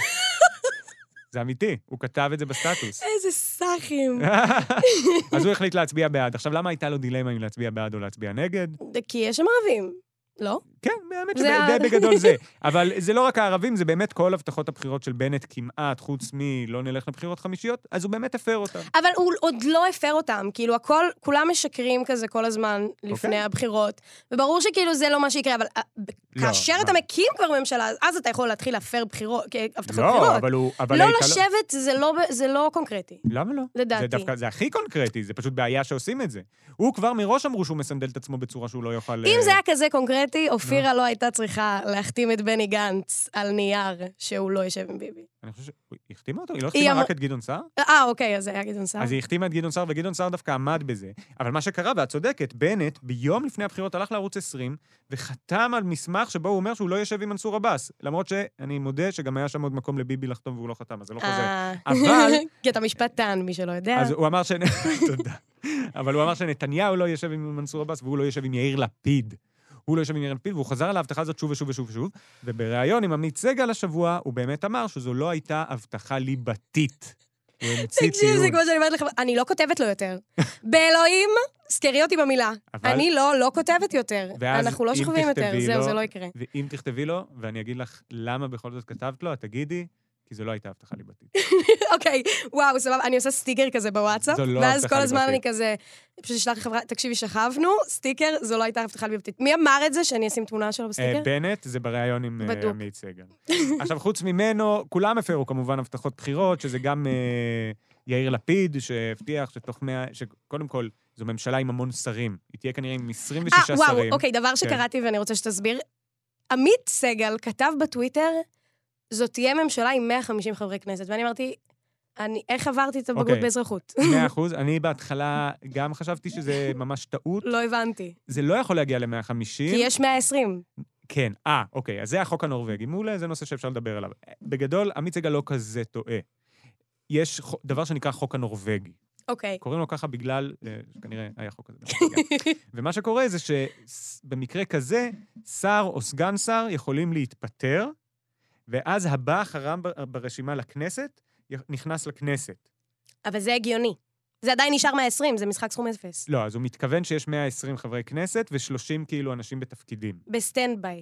[SPEAKER 2] זה אמיתי, הוא כתב את זה בסטטוס.
[SPEAKER 3] איזה סחים.
[SPEAKER 2] אז הוא החליט להצביע בעד. עכשיו, למה הייתה לו דילמה אם להצביע בעד או להצביע נגד?
[SPEAKER 3] כי יש שם ערבים, לא?
[SPEAKER 2] כן, באמת שדי בגדול זה. אבל זה לא רק הערבים, זה באמת כל הבטחות הבחירות של בנט כמעט, חוץ לא נלך לבחירות חמישיות, אז הוא באמת הפר אותם.
[SPEAKER 3] אבל הוא עוד לא הפר אותם, כאילו כולם משקרים כזה כל הזמן לפני הבחירות, וברור שכאילו זה לא מה שיקרה, אבל כאשר אתה מקים כבר ממשלה, אז אתה יכול להתחיל להפר הבטחות בחירות. לא לשבת, זה לא קונקרטי.
[SPEAKER 2] למה לא?
[SPEAKER 3] לדעתי.
[SPEAKER 2] זה הכי קונקרטי, זה פשוט בעיה שעושים את זה. הוא כבר מראש אמרו שהוא מסנדל את עצמו בצורה שהוא לא יוכל...
[SPEAKER 3] אם זה היה כזה קונקרטי, אופירה לא הייתה צריכה להחתים את בני גנץ על נייר שהוא לא יושב עם ביבי.
[SPEAKER 2] אני חושב שהיא החתימה אותו? היא לא החתימה רק את גדעון סער?
[SPEAKER 3] אוקיי, אז זה היה גדעון סער.
[SPEAKER 2] אז היא החתימה את גדעון סער, וגדעון סער דווקא עמד בזה. אבל מה שקרה, ואת צודקת, בנט ביום לפני הבחירות הלך לערוץ 20, וחתם על מסמך שבו הוא אומר שהוא לא יושב עם מנסור עבאס. למרות שאני מודה שגם היה שם עוד מקום לביבי לחתום והוא לא חתם, אז זה לא חוזר. אבל...
[SPEAKER 3] כי אתה משפטן, מי שלא יודע.
[SPEAKER 2] אז הוא אמר תודה. אבל הוא אמר שנתניהו לא יושב עם מנסור עבאס, והוא לא יושב עם יאיר לפיד. הוא לא יושב עם יאיר לפיד, והוא חזר על ההבטחה הזאת שוב ושוב ושוב ושוב, ובריאיון עם עמית סגל השבוע, הוא באמת אמר שזו לא הייתה הבטחה ליבתית.
[SPEAKER 3] תקשיב, זה כמו שאני אומרת לך, אני לא כותבת לו יותר. באלוהים, סקרי אותי במילה. אני לא כותבת יותר. אנחנו לא שוכבים יותר, זהו, זה לא יקרה.
[SPEAKER 2] ואם תכתבי לו, ואני אגיד לך למה בכל זאת כתבת לו, את תגידי, כי זו לא הייתה הבטחה ליבתית.
[SPEAKER 3] אוקיי, וואו, סבבה, אני עושה סטיקר כזה בוואטסאפ, ואז כל הזמן אני כזה, פשוט אשלח לחברה, תקשיבי, שכבנו, סטיקר, זו לא הייתה הבטחה ליבתית. מי אמר את זה, שאני אשים תמונה שלו בסטיקר?
[SPEAKER 2] בנט, זה בריאיון עם עמית סגל. עכשיו, חוץ ממנו, כולם הפרו כמובן הבטחות בחירות, שזה גם יאיר לפיד, שהבטיח שקודם כל, זו ממשלה עם המון שרים. היא תהיה כנראה עם 26 שרים.
[SPEAKER 3] וואו, אוקיי, דבר שקראתי ואני רוצה שתסביר. עמית סגל כתב בטוויטר, זאת תהיה ממשלה עם 150 חברי כנסת, ואני אמרתי, איך עברתי את הבגרות באזרחות?
[SPEAKER 2] 100%, אני בהתחלה גם חשבתי שזה ממש טעות.
[SPEAKER 3] לא הבנתי.
[SPEAKER 2] זה לא יכול להגיע ל-150.
[SPEAKER 3] כי יש 120.
[SPEAKER 2] כן, אוקיי, אז זה החוק הנורווגי. מעולה, זה נושא שאפשר לדבר עליו. בגדול, עמית סגל לא כזה טועה. יש דבר שנקרא חוק הנורווגי.
[SPEAKER 3] אוקיי.
[SPEAKER 2] קוראים לו ככה בגלל, כנראה היה חוק כזה. ומה שקורה זה שבמקרה כזה, שר או סגן שר יכולים להתפטר, ואז הבא אחרם ברשימה לכנסת, נכנס לכנסת.
[SPEAKER 3] אבל זה הגיוני. זה עדיין נשאר 120, זה משחק סכום אפס.
[SPEAKER 2] לא, אז הוא מתכוון שיש 120 חברי כנסת, ו30 כאילו אנשים בתפקידים.
[SPEAKER 3] בסטנד-ביי.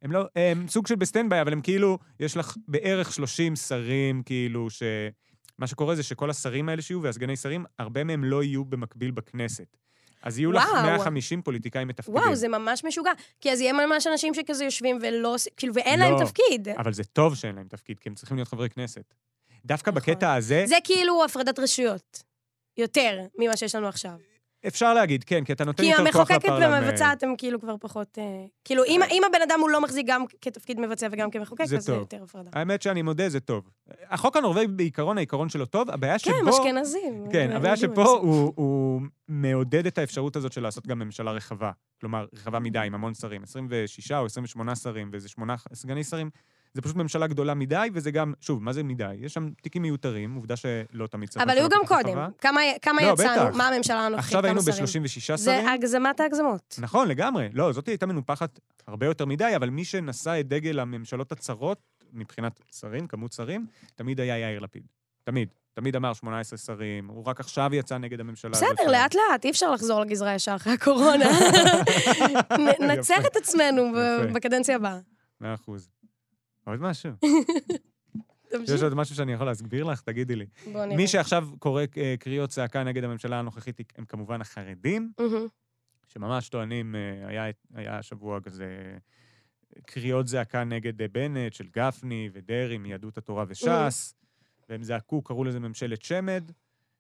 [SPEAKER 2] הם סוג של בסטנד-ביי, אבל הם כאילו, יש לך בערך 30 שרים, כאילו, מה שקורה זה שכל השרים האלה שיהיו, והסגני שרים, הרבה מהם לא יהיו במקביל בכנסת. אז יהיו לך 150 פוליטיקאים מתפקידים.
[SPEAKER 3] וואו, זה ממש משוגע. כי אז יהיה ממש אנשים שכזה יושבים ולא, כאילו, ואין להם תפקיד.
[SPEAKER 2] אבל זה טוב שאין להם תפקיד, כי הם צריכים להיות חברי כנסת. דווקא בקטע הזה...
[SPEAKER 3] זה כאילו הפרדת רשויות. יותר ממה שיש לנו עכשיו.
[SPEAKER 2] אפשר להגיד, כן, כי אתה נותן יותר כוח לפרלמנט.
[SPEAKER 3] כי המחוקקת ומבצעת הם כאילו כבר פחות... כאילו, אם הבן אדם הוא לא מחזיק גם כתפקיד מבצע וגם כמחוקק, אז זה יותר הפרדה.
[SPEAKER 2] האמת שאני מודה, זה טוב. החוק הנורווגי בעיקרון, העיקרון שלו טוב, הבעיה שפה...
[SPEAKER 3] כן, אשכנזים.
[SPEAKER 2] כן, הבעיה שפה הוא מעודד את האפשרות הזאת של לעשות גם ממשלה רחבה. כלומר, רחבה מדי, עם המון שרים. 26 או 28 שרים, ואיזה 8 סגני שרים. זה פשוט ממשלה גדולה מדי, וזה גם, שוב, מה זה מדי? יש שם תיקים מיותרים, עובדה שלא תמיד צריך...
[SPEAKER 3] אבל היו גם קודם. כמה יצאנו? מה הממשלה הנוכחית?
[SPEAKER 2] עכשיו היינו ב-36 שרים.
[SPEAKER 3] זה הגזמת ההגזמות.
[SPEAKER 2] נכון, לגמרי. לא, זאת הייתה מנופחת הרבה יותר מדי, אבל מי שנשא את דגל הממשלות הצרות, מבחינת שרים, כמות שרים, תמיד היה יאיר לפיד. תמיד. תמיד אמר 18 שרים, הוא רק עכשיו יצא נגד הממשלה.
[SPEAKER 3] בסדר, לאט לאט, אי אפשר לחזור לגזרה ישר אחרי הקורונה. נצח את עצמנו בקדנציה הבאה.
[SPEAKER 2] 100%. עוד משהו? יש עוד משהו שאני יכול להסביר לך? תגידי לי. מי שעכשיו קורא קריאות צעקה נגד הממשלה הנוכחית, הם כמובן החרדים, שממש טוענים, היה שבוע כזה, קריאות זעקה נגד בנט, של גפני ודרי, מיהדות התורה וש"ס, והם זעקו, קראו לזה ממשלת שמד,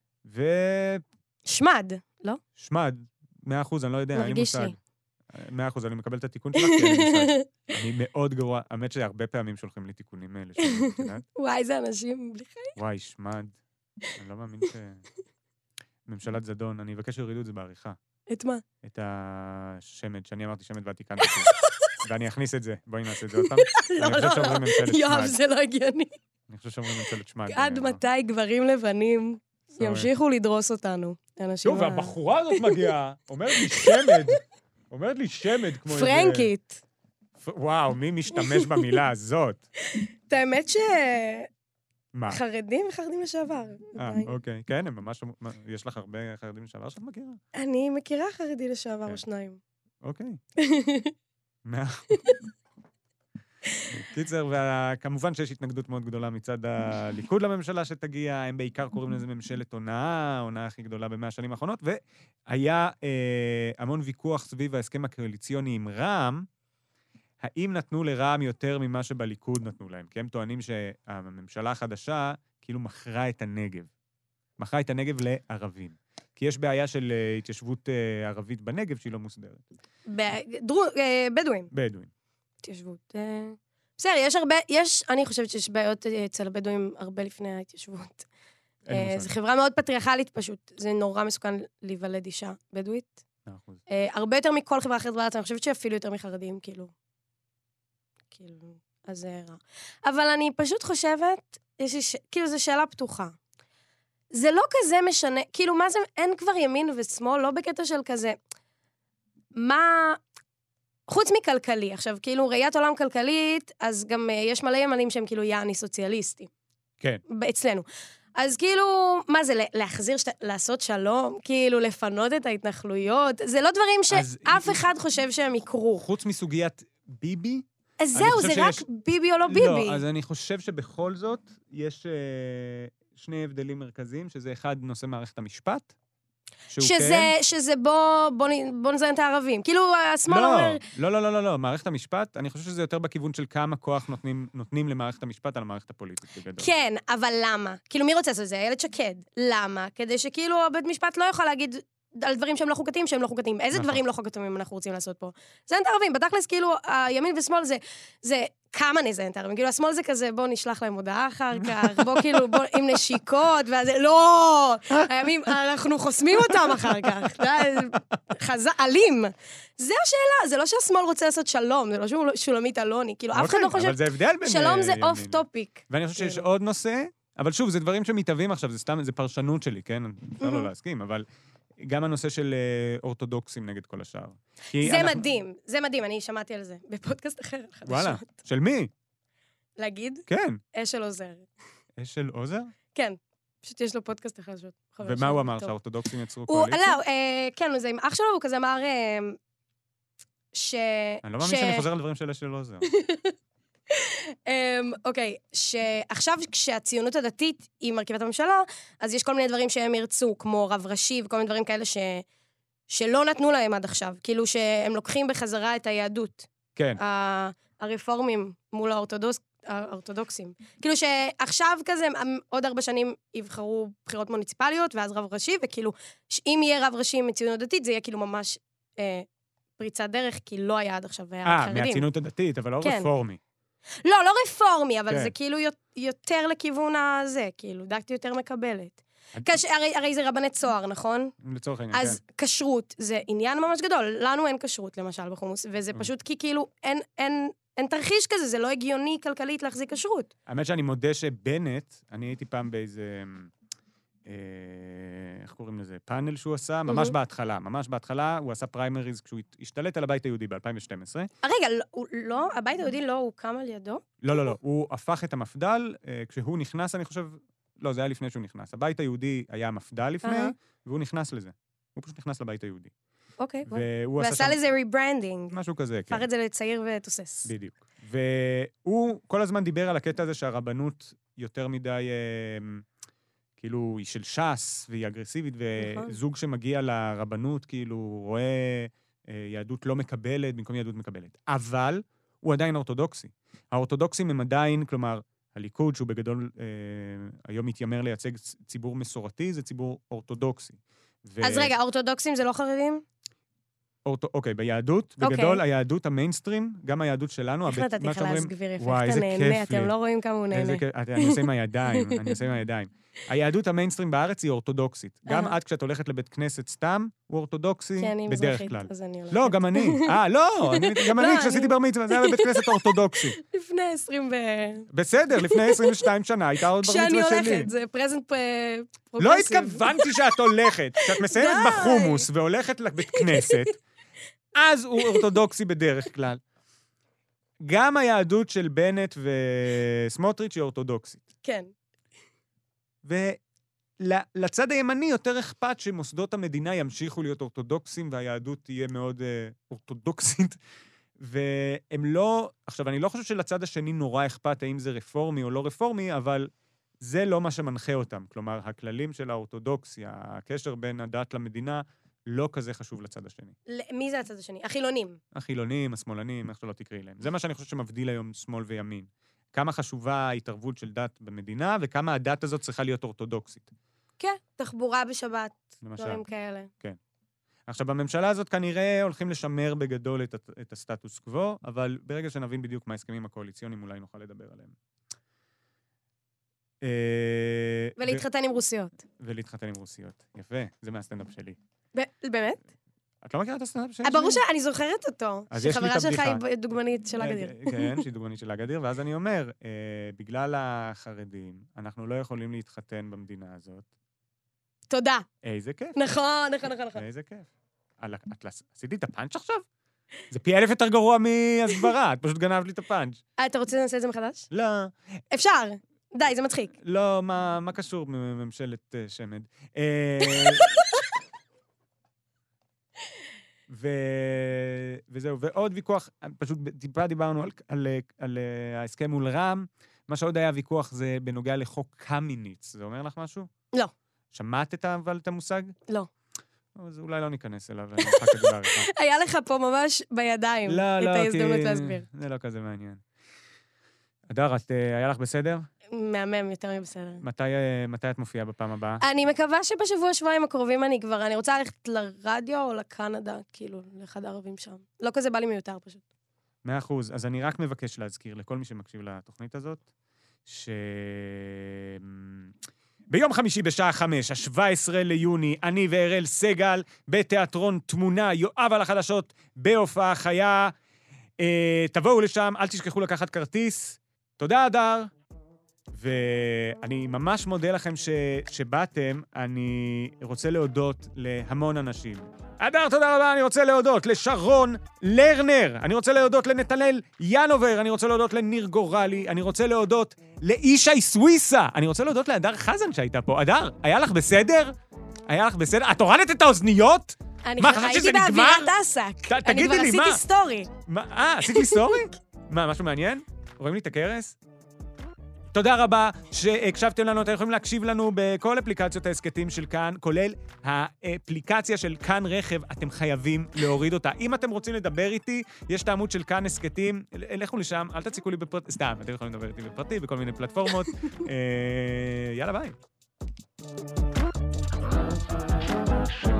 [SPEAKER 3] שמד, לא?
[SPEAKER 2] שמד, 100%, אני לא יודע, אין לי מושג. 100%, אני מקבל את התיקון שלך, אני מאוד גרוע. האמת שהרבה פעמים שולחים לי תיקונים האלה.
[SPEAKER 3] וואי, זה אנשים בלי חיים.
[SPEAKER 2] וואי, שמד. אני לא מאמין ממשלת זדון, אני אבקש שיורידו את זה בעריכה.
[SPEAKER 3] את מה?
[SPEAKER 2] את השמד, שאני אמרתי שמד ואת תיקנת אותי. ואני אכניס את זה. בואי נעשה את זה עוד פעם.
[SPEAKER 3] לא, יואב, זה לא הגיוני.
[SPEAKER 2] אני חושב שאומרים ממשלת שמד.
[SPEAKER 3] עד מתי גברים לבנים ימשיכו לדרוס אותנו?
[SPEAKER 2] טוב, והבחורה הזאת מגיעה, אומרת לי שמד כמו איזה...
[SPEAKER 3] פרנקית.
[SPEAKER 2] וואו, מי משתמש במילה הזאת?
[SPEAKER 3] את האמת ש...
[SPEAKER 2] מה?
[SPEAKER 3] חרדים לשעבר.
[SPEAKER 2] אוקיי. כן, הם ממש... יש לך הרבה חרדים לשעבר שאת מכירה?
[SPEAKER 3] אני מכירה חרדי לשעבר או שניים.
[SPEAKER 2] אוקיי. קיצר, וכמובן שיש התנגדות מאוד גדולה מצד הליכוד לממשלה שתגיע, הם בעיקר קוראים לזה ממשלת הונאה, ההונאה הכי גדולה ב100 השנים האחרונות, והיה המון ויכוח סביב ההסכם הקואליציוני עם רע"מ, האם נתנו לרע"מ יותר ממה שבליכוד נתנו להם, כי הם טוענים שהממשלה החדשה כאילו מכרה את הנגב. מכרה את הנגב לערבים. כי יש בעיה של התיישבות ערבית בנגב שהיא לא מוסדרת.
[SPEAKER 3] בדואים.
[SPEAKER 2] בדואים.
[SPEAKER 3] התיישבות. בסדר, אני חושבת שיש בעיות אצל הבדואים הרבה לפני ההתיישבות. זו חברה מאוד פטריארכלית פשוט. זה נורא מסוכן להיוולד אישה בדואית. הרבה יותר מכל חברה אחרת בארץ, אני חושבת שאפילו יותר מחרדים, כאילו, אז זה רע. אבל אני פשוט חושבת, כאילו, זו שאלה פתוחה. זה לא כזה משנה, כאילו, מה זה, אין כבר ימין ושמאל, לא בקטע של כזה, מה... חוץ מכלכלי, עכשיו, כאילו, ראיית עולם כלכלית, אז גם יש מלא ימנים שהם כאילו יעני סוציאליסטים.
[SPEAKER 2] כן.
[SPEAKER 3] אצלנו. אז כאילו, מה זה, להחזיר, לעשות שלום? כאילו, לפנות את ההתנחלויות? זה לא דברים שאף אחד חושב שהם יקרו.
[SPEAKER 2] חוץ מסוגיית ביבי?
[SPEAKER 3] אז זהו, זה רק ביבי או לא ביבי.
[SPEAKER 2] לא, אז אני חושב שבכל זאת יש שני הבדלים מרכזיים, שזה אחד נושא מערכת המשפט,
[SPEAKER 3] שזה בוא נזיין את הערבים. כאילו, השמאל אומר...
[SPEAKER 2] לא, מערכת המשפט, אני חושב שזה יותר בכיוון של כמה כוח נותנים למערכת המשפט על המערכת הפוליטית בגדול. כן,
[SPEAKER 3] אבל למה? כאילו, מי רוצה לעשות זה? איילת שקד. למה? כדי שכאילו, הבית משפט לא יכול להגיד על דברים שהם לא חוקתיים, שהם לא חוקתיים. איזה דברים לא חוקתיים אנחנו רוצים לעשות פה? זיין את הערבים. בתכלס, כאילו, הימין ושמאל זה כמה נזיין את הערבים. כאילו, השמאל זה כזה, בוא נשלח להם הודעה אחר כך, בוא כאילו, עם נשיקות, ואז לא! הימים, אנחנו חוסמים אותם אחר כך. אלים. זה השאלה, זה לא שהשמאל רוצה לעשות שלום, זה לא שולמית אלוני, כאילו, אף אחד לא חושב...
[SPEAKER 2] אבל זה הבדל בין...
[SPEAKER 3] שלום זה אוף טופיק.
[SPEAKER 2] ואני חושב שיש עוד נושא, אבל שוב, זה דברים שמתהווים עכשיו, זה סתם, זה פרשנות שלי, כן? אפשר לא להסכים, אבל גם הנושא של אורתודוקסים נגד כל השאר.
[SPEAKER 3] זה מדהים, אני שמעתי על זה, בפודקאסט אחר, חדשות.
[SPEAKER 2] וואלה, של מי?
[SPEAKER 3] להגיד?
[SPEAKER 2] כן.
[SPEAKER 3] אשל עוזר.
[SPEAKER 2] אשל עוזר?
[SPEAKER 3] כן, פשוט יש לו פודקאסט אחר.
[SPEAKER 2] ומה הוא אמר, שהאורתודוקסים יצרו קואליציה?
[SPEAKER 3] לא, כן, זה עם אח שלו, הוא כזה אמר
[SPEAKER 2] אני לא מאמין שאני חוזר על דברים של אשל עוזר.
[SPEAKER 3] אוקיי, שעכשיו כשהציונות הדתית היא מרכיבת הממשלה, אז יש כל מיני דברים שהם ירצו, כמו רב ראשי וכל מיני דברים כאלה שלא נתנו להם עד עכשיו, כאילו שהם לוקחים בחזרה את היהדות.
[SPEAKER 2] כן.
[SPEAKER 3] הרפורמים מול האורתודוקסים. כאילו שעכשיו כזה, עוד 4 שנים יבחרו בחירות מוניציפליות, ואז רב ראשי, וכאילו, אם יהיה רב ראשי מציונות דתית, זה יהיה כאילו ממש פריצת דרך, כי לא היה עד עכשיו חרדים.
[SPEAKER 2] מהציונות הדתית, אבל לא רפורמי.
[SPEAKER 3] לא רפורמי, אבל זה כאילו יותר לכיוון הזה, כאילו, דקתי יותר מקבלת. הרי זה רבני צוהר, נכון?
[SPEAKER 2] לצורך העניין,
[SPEAKER 3] אז כשרות זה עניין ממש גדול. לנו אין כשרות, למשל, בחומוס, וזה פשוט כי כאילו אין תרחיש כזה, זה לא הגיוני כלכלית להחזיק כשרות.
[SPEAKER 2] האמת שאני מודה שבנט, אני הייתי פעם באיזה, איך קוראים לזה? פאנל שהוא עשה, ממש בהתחלה, הוא עשה פריימריז כשהוא השתלט על הבית היהודי ב-2012.
[SPEAKER 3] רגע, לא, הבית היהודי לא הוקם על ידו?
[SPEAKER 2] לא, הוא הפך את המפד"ל, כשהוא נכנס, אני חושב, לא, זה היה לפני שהוא נכנס. הבית היהודי היה מפד"ל לפני, והוא נכנס לזה. הוא פשוט נכנס לבית היהודי.
[SPEAKER 3] אוקיי, ועשה לזה ריברנדינג.
[SPEAKER 2] משהו כזה, כן.
[SPEAKER 3] הפך את זה לצעיר ותוסס.
[SPEAKER 2] בדיוק. והוא כל הזמן דיבר על הקטע הזה שהרבנות יותר מדי, כאילו, היא של ש"ס, והיא אגרסיבית, וזוג שמגיע לרבנות, כאילו, רואה יהדות לא מקבלת, במקום יהדות מקבלת. אבל הוא עדיין אורתודוקסי. האורתודוקסים הם עדיין, כלומר, הליכוד, שהוא בגדול היום מתיימר לייצג ציבור מסורתי, זה ציבור אורתודוקסי.
[SPEAKER 3] אז רגע, אורתודוקסים זה לא חרדים?
[SPEAKER 2] אוקיי, ביהדות, בגדול, היהדות המיינסטרים, גם היהדות שלנו,
[SPEAKER 3] איך נתתי לך להסגביר יפה, איך אתה נהנה, אתם לא רואים כמה הוא נהנה.
[SPEAKER 2] אני עושה עם הידיים, היהדות המיינסטרים בארץ היא אורתודוקסית. גם עד כשאת הולכת לבית כנסת סתם, הוא אורתודוקסי בדרך כלל. לא, גם אני. גם אני, כשעשיתי בר מצווה, זה היה בבית כנסת אורתודוקסי.
[SPEAKER 3] לפני 20
[SPEAKER 2] בסדר, לפני 22 שנה, הייתה עוד בר מצווה שלי.
[SPEAKER 3] כשאני הולכת, זה פרזנט פרוגרסיב.
[SPEAKER 2] לא התכוונתי שאת הולכת. כשאת מסיימת בחומוס והולכת לבית כנסת, אז הוא אורתודוקסי בדרך כלל. גם היהדות של בנט וסמוטריץ' היא אורתודוקסית.
[SPEAKER 3] כן.
[SPEAKER 2] ולצד הימני יותר אכפת שמוסדות המדינה ימשיכו להיות אורתודוקסים, והיהדות תהיה מאוד אורתודוקסית. והם לא... עכשיו, אני לא חושב שלצד השני נורא אכפת האם זה רפורמי או לא רפורמי, אבל זה לא מה שמנחה אותם. כלומר, הכללים של האורתודוקסיה, הקשר בין הדת למדינה, לא כזה חשוב לצד השני.
[SPEAKER 3] מי זה הצד השני? החילונים.
[SPEAKER 2] החילונים, השמאלנים, איך שלא תקראי להם. זה מה שאני חושב שמבדיל היום שמאל וימין. כמה חשובה ההתערבות של דת במדינה, וכמה הדת הזאת צריכה להיות אורתודוקסית.
[SPEAKER 3] כן, תחבורה בשבת, דברים כאלה.
[SPEAKER 2] כן. עכשיו, בממשלה הזאת כנראה הולכים לשמר בגדול את הסטטוס קוו, אבל ברגע שנבין בדיוק מה ההסכמים הקואליציוניים, אולי נוכל לדבר עליהם.
[SPEAKER 3] ולהתחתן עם רוסיות.
[SPEAKER 2] ולהתחתן עם רוסיות. יפה, זה מהסטנדאפ שלי.
[SPEAKER 3] באמת?
[SPEAKER 2] את לא מכירה את הסטנדאפ שלי?
[SPEAKER 3] ברור שאני זוכרת אותו. שחברה שלך היא דוגמנית של אגדיר.
[SPEAKER 2] כן, שהיא דוגמנית של אגדיר, ואז אני אומר, בגלל החרדים, אנחנו לא יכולים להתחתן במדינה הזאת.
[SPEAKER 3] תודה.
[SPEAKER 2] איזה כיף.
[SPEAKER 3] נכון.
[SPEAKER 2] איזה כיף. עשיתי את הפאנץ' עכשיו? זה פי 1000 יותר גרוע מהסברה, את פשוט גנבת לי את הפאנץ'.
[SPEAKER 3] אתה רוצה לנסה את זה מחדש?
[SPEAKER 2] לא.
[SPEAKER 3] אפשר. די, זה מצחיק.
[SPEAKER 2] לא, מה קשור מממשלת שמד? וזהו, ועוד ויכוח, פשוט טיפה דיברנו על ההסכם מול רם, מה שעוד היה ויכוח זה בנוגע לחוק קמיניץ, זה אומר לך משהו?
[SPEAKER 3] לא.
[SPEAKER 2] שמעת את המושג?
[SPEAKER 3] לא.
[SPEAKER 2] אז אולי לא ניכנס אליו, אני אחר כך דבר איתך.
[SPEAKER 3] היה לך פה ממש בידיים את ההזדמנות להסביר.
[SPEAKER 2] זה לא כזה מעניין. אדר, היה לך בסדר?
[SPEAKER 3] מהמם, יותר מבסדר.
[SPEAKER 2] מתי את מופיעה בפעם הבאה?
[SPEAKER 3] אני מקווה שבשבוע-שבועיים הקרובים אני רוצה ללכת לרדיו או לקנדה, כאילו, לאחד הערבים שם. לא כזה בא לי מיותר פשוט.
[SPEAKER 2] 100%. אז אני רק מבקש להזכיר לכל מי שמקשיב לתוכנית הזאת, ביום חמישי בשעה 5, ה-17 ליוני, אני ואראל סגל בתיאטרון תמונה, יואב על החדשות, בהופעה חיה. תבואו לשם, אל תשכחו לקחת כרטיס. תודה, אדר. ואני ממש מודה לכם שבאתם. אני רוצה להודות להמון אנשים. אדר, תודה רבה. אני רוצה להודות לשרון לרנר. אני רוצה להודות לנתנאל ינובר. אני רוצה להודות לניר גורלי. אני רוצה להודות לאישי סוויסה. אני רוצה להודות לאדר חזן שהייתה פה. אדר, היה לך בסדר? היה לך בסדר? את הורדת את האוזניות?
[SPEAKER 3] אני הייתי באווירת עסק. אני כבר עשיתי סטורי.
[SPEAKER 2] עשית לי סטורי? מה, משהו מעניין? רואים לי את הקרס? תודה רבה שהקשבתם לנו. אתם יכולים להקשיב לנו בכל אפליקציות ההסקטים של כאן, כולל האפליקציה של כאן רכב. אתם חייבים להוריד אותה. אם אתם רוצים לדבר איתי, יש את העמוד של כאן הסקטים. לכו לשם, אל תציקו לי בפרטי. סתם, אתם יכולים לדבר איתי בפרטי, בכל מיני פלטפורמות. יאללה, ביי.